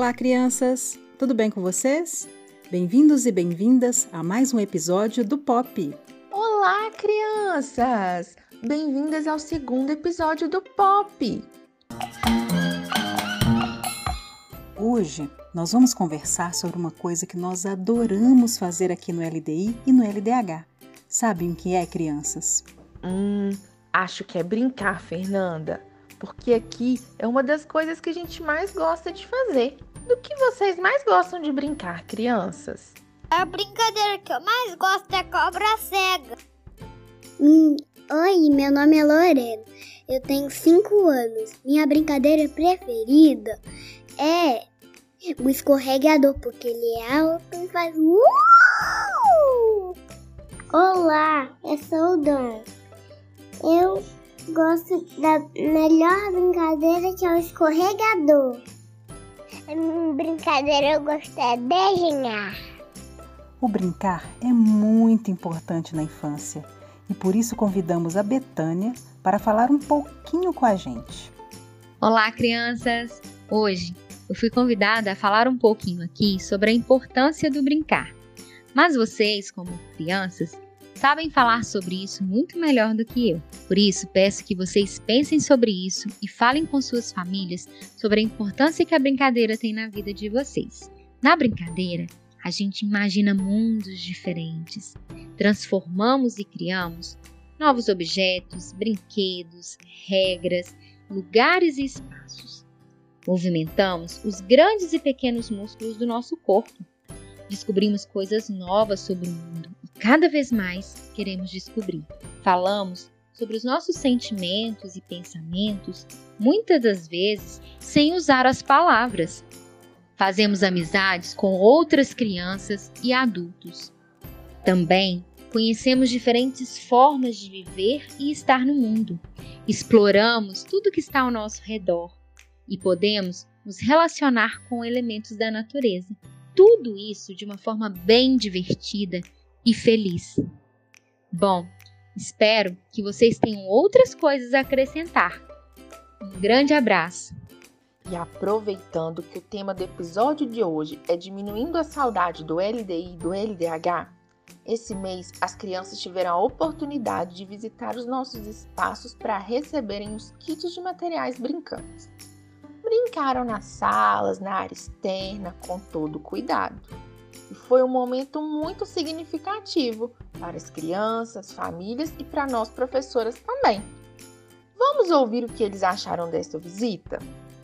Olá, crianças! Tudo bem com vocês? Bem-vindos e bem-vindas a mais um episódio do Pop! Olá, crianças! Bem-vindas ao segundo episódio do Pop! Hoje nós vamos conversar sobre uma coisa que nós adoramos fazer aqui no LDI e no LDH. Sabem o que é, crianças? Acho que é brincar, Fernanda, porque aqui é uma das coisas que a gente mais gosta de fazer. Do que vocês mais gostam de brincar, crianças? A brincadeira que eu mais gosto é cobra cega. Oi, meu nome é Lorena. Eu tenho 5 anos. Minha brincadeira preferida é o escorregador, porque ele é alto e faz Olá, eu sou o Dom. Eu gosto da melhor brincadeira, que é o escorregador. A minha brincadeira eu gosto é desenhar. O brincar é muito importante na infância e por isso convidamos a Betânia para falar um pouquinho com a gente. Olá, crianças! Hoje eu fui convidada a falar um pouquinho aqui sobre a importância do brincar. Mas vocês, como crianças, sabem falar sobre isso muito melhor do que eu. Por isso, peço que vocês pensem sobre isso e falem com suas famílias sobre a importância que a brincadeira tem na vida de vocês. Na brincadeira, a gente imagina mundos diferentes, transformamos e criamos novos objetos, brinquedos, regras, lugares e espaços. Movimentamos os grandes e pequenos músculos do nosso corpo. Descobrimos coisas novas sobre o mundo e cada vez mais queremos descobrir. Falamos sobre os nossos sentimentos e pensamentos, muitas das vezes sem usar as palavras. Fazemos amizades com outras crianças e adultos. Também conhecemos diferentes formas de viver e estar no mundo. Exploramos tudo que está ao nosso redor e podemos nos relacionar com elementos da natureza. Tudo isso de uma forma bem divertida e feliz. Bom, espero que vocês tenham outras coisas a acrescentar. Um grande abraço! E aproveitando que o tema do episódio de hoje é diminuindo a saudade do LDI e do LDH, esse mês as crianças tiveram a oportunidade de visitar os nossos espaços para receberem os kits de materiais brincantes. Brincaram nas salas, na área externa, com todo cuidado. E foi um momento muito significativo para as crianças, famílias e para nós professoras também. Vamos ouvir o que eles acharam desta visita?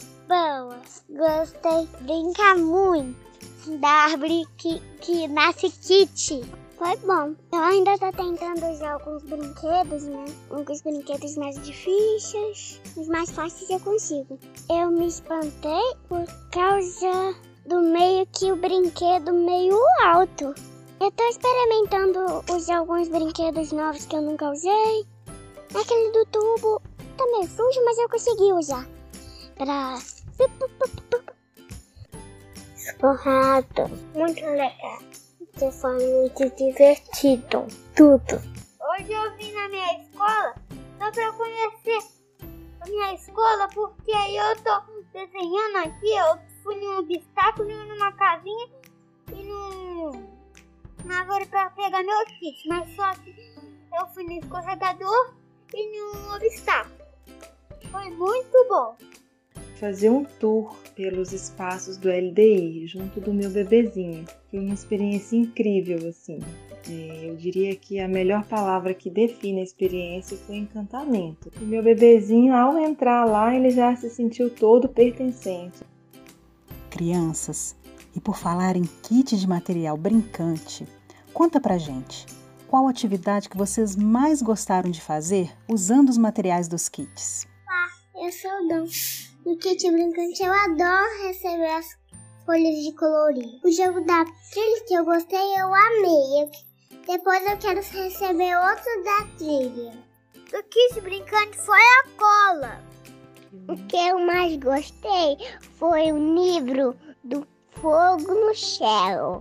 Boas, gostei de brincar muito da árvore que nasce kit. Foi bom. Eu ainda tô tentando usar alguns brinquedos, né? Alguns brinquedos mais difíceis, os mais fáceis eu consigo. Eu me espantei por causa do meio que o brinquedo meio alto. Eu tô experimentando usar alguns brinquedos novos que eu nunca usei. Aquele do tubo tá meio sujo, mas eu consegui usar. Pra... Escorrado. Muito legal. Foi muito divertido. Tudo. Hoje eu vim na minha escola só pra conhecer a minha escola, porque aí eu tô desenhando aqui. Eu fui num obstáculo, numa casinha e na árvore pra pegar meu kit. Mas só que eu fui no escorregador e num obstáculo. Foi muito bom. Fazer um tour pelos espaços do LDI junto do meu bebezinho. Foi uma experiência incrível, assim. Eu diria que a melhor palavra que define a experiência foi encantamento. O meu bebezinho, ao entrar lá, ele já se sentiu todo pertencente. Crianças, e por falar em kit de material brincante, conta pra gente, qual atividade que vocês mais gostaram de fazer usando os materiais dos kits? Eu sou o Dom. No kit brincante eu adoro receber as folhas de colorir. O jogo da trilha que eu gostei, eu amei. Depois eu quero receber outro da trilha. O kit brincante foi a cola. O que eu mais gostei foi o livro do Fogo no Céu.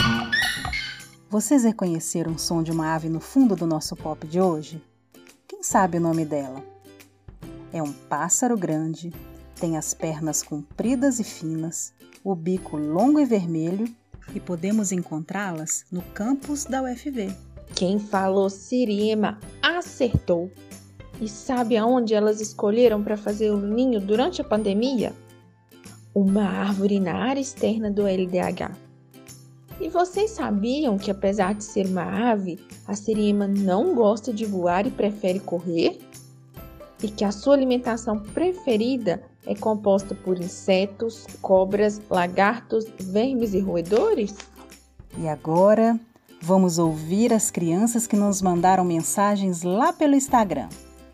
Vocês reconheceram o som de uma ave no fundo do nosso pop de hoje? Quem sabe o nome dela. É um pássaro grande, tem as pernas compridas e finas, o bico longo e vermelho e podemos encontrá-las no campus da UFV. Quem falou siriema acertou. E sabe aonde elas escolheram para fazer o ninho durante a pandemia? Uma árvore na área externa do LDH. E vocês sabiam que, apesar de ser uma ave, a siriema não gosta de voar e prefere correr? E que a sua alimentação preferida é composta por insetos, cobras, lagartos, vermes e roedores? E agora, vamos ouvir as crianças que nos mandaram mensagens lá pelo Instagram.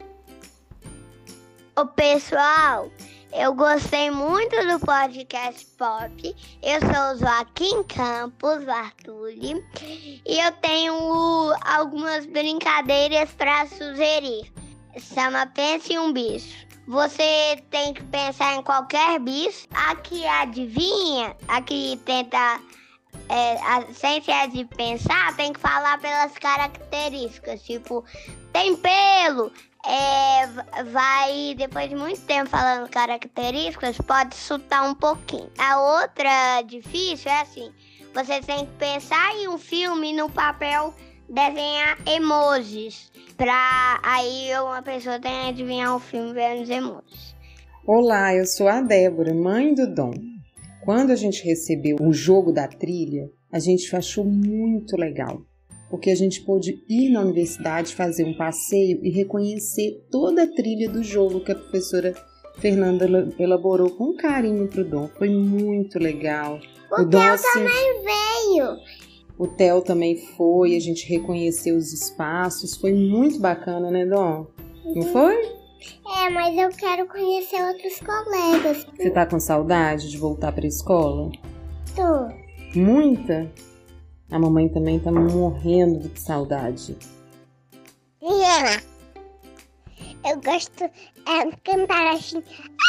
Ô pessoal, eu gostei muito do podcast Pop. Eu sou o Joaquim Campos, o Artuli, e eu tenho algumas brincadeiras para sugerir. Chama Pense em um Bicho. Você tem que pensar em qualquer bicho. Aqui adivinha, aqui tenta, sem ser de pensar, tem que falar pelas características. Tipo, tem pelo. Vai, depois de muito tempo falando características, pode chutar um pouquinho. A outra difícil é assim, você tem que pensar em um filme no papel, desenhar emojis, pra aí uma pessoa tem que adivinhar o filme vendo os emojis. Olá, eu sou a Débora, mãe do Dom. Quando a gente recebeu o jogo da trilha, a gente achou muito legal, porque a gente pôde ir na universidade, fazer um passeio e reconhecer toda a trilha do jogo que a professora Fernanda elaborou com carinho para o Dom. Foi muito legal. O Theo também veio. O Theo também foi, a gente reconheceu os espaços. Foi muito bacana, né, Dom? Não foi? Mas eu quero conhecer outros colegas. Você tá com saudade de voltar para a escola? Tô. Muita? A mamãe também tá morrendo de saudade. Eu gosto de cantar assim.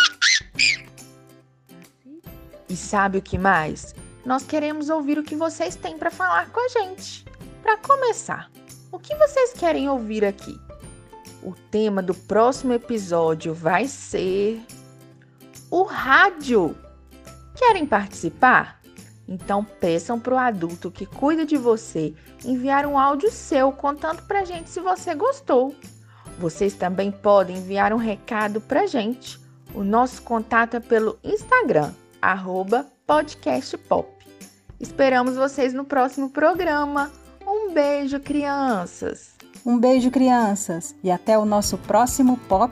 E sabe o que mais? Nós queremos ouvir o que vocês têm para falar com a gente. Para começar, o que vocês querem ouvir aqui? O tema do próximo episódio vai ser o rádio. Querem participar? Então peçam para o adulto que cuida de você enviar um áudio seu contando para a gente se você gostou. Vocês também podem enviar um recado para a gente. O nosso contato é pelo Instagram, @podcastpop. Esperamos vocês no próximo programa. Um beijo, crianças! Um beijo, crianças! E até o nosso próximo Pop!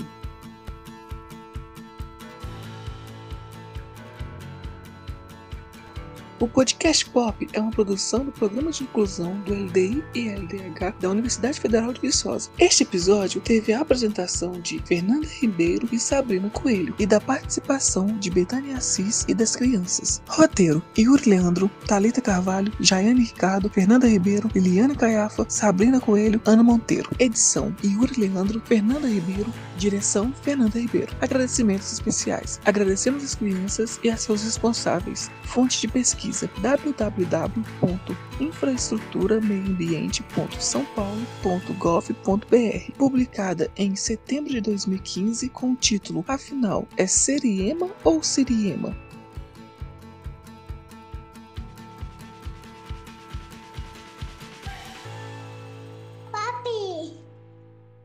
O Podcast Pop é uma produção do Programa de Inclusão do LDI e LDH da Universidade Federal de Viçosa. Este episódio teve a apresentação de Fernanda Ribeiro e Sabrina Coelho e da participação de Betânia Assis e das crianças. Roteiro: Yuri Leandro, Thalita Carvalho, Jaiane Ricardo, Fernanda Ribeiro, Liliane Caiafa, Sabrina Coelho, Ana Monteiro. Edição: Yuri Leandro, Fernanda Ribeiro. Direção: Fernanda Ribeiro. Agradecimentos especiais. Agradecemos as crianças e a seus responsáveis. Fonte de pesquisa: www.infraestruturameioambiente.saopaulo.gov.br, publicada em setembro de 2015 com o título Afinal, é Seriema ou Siriema?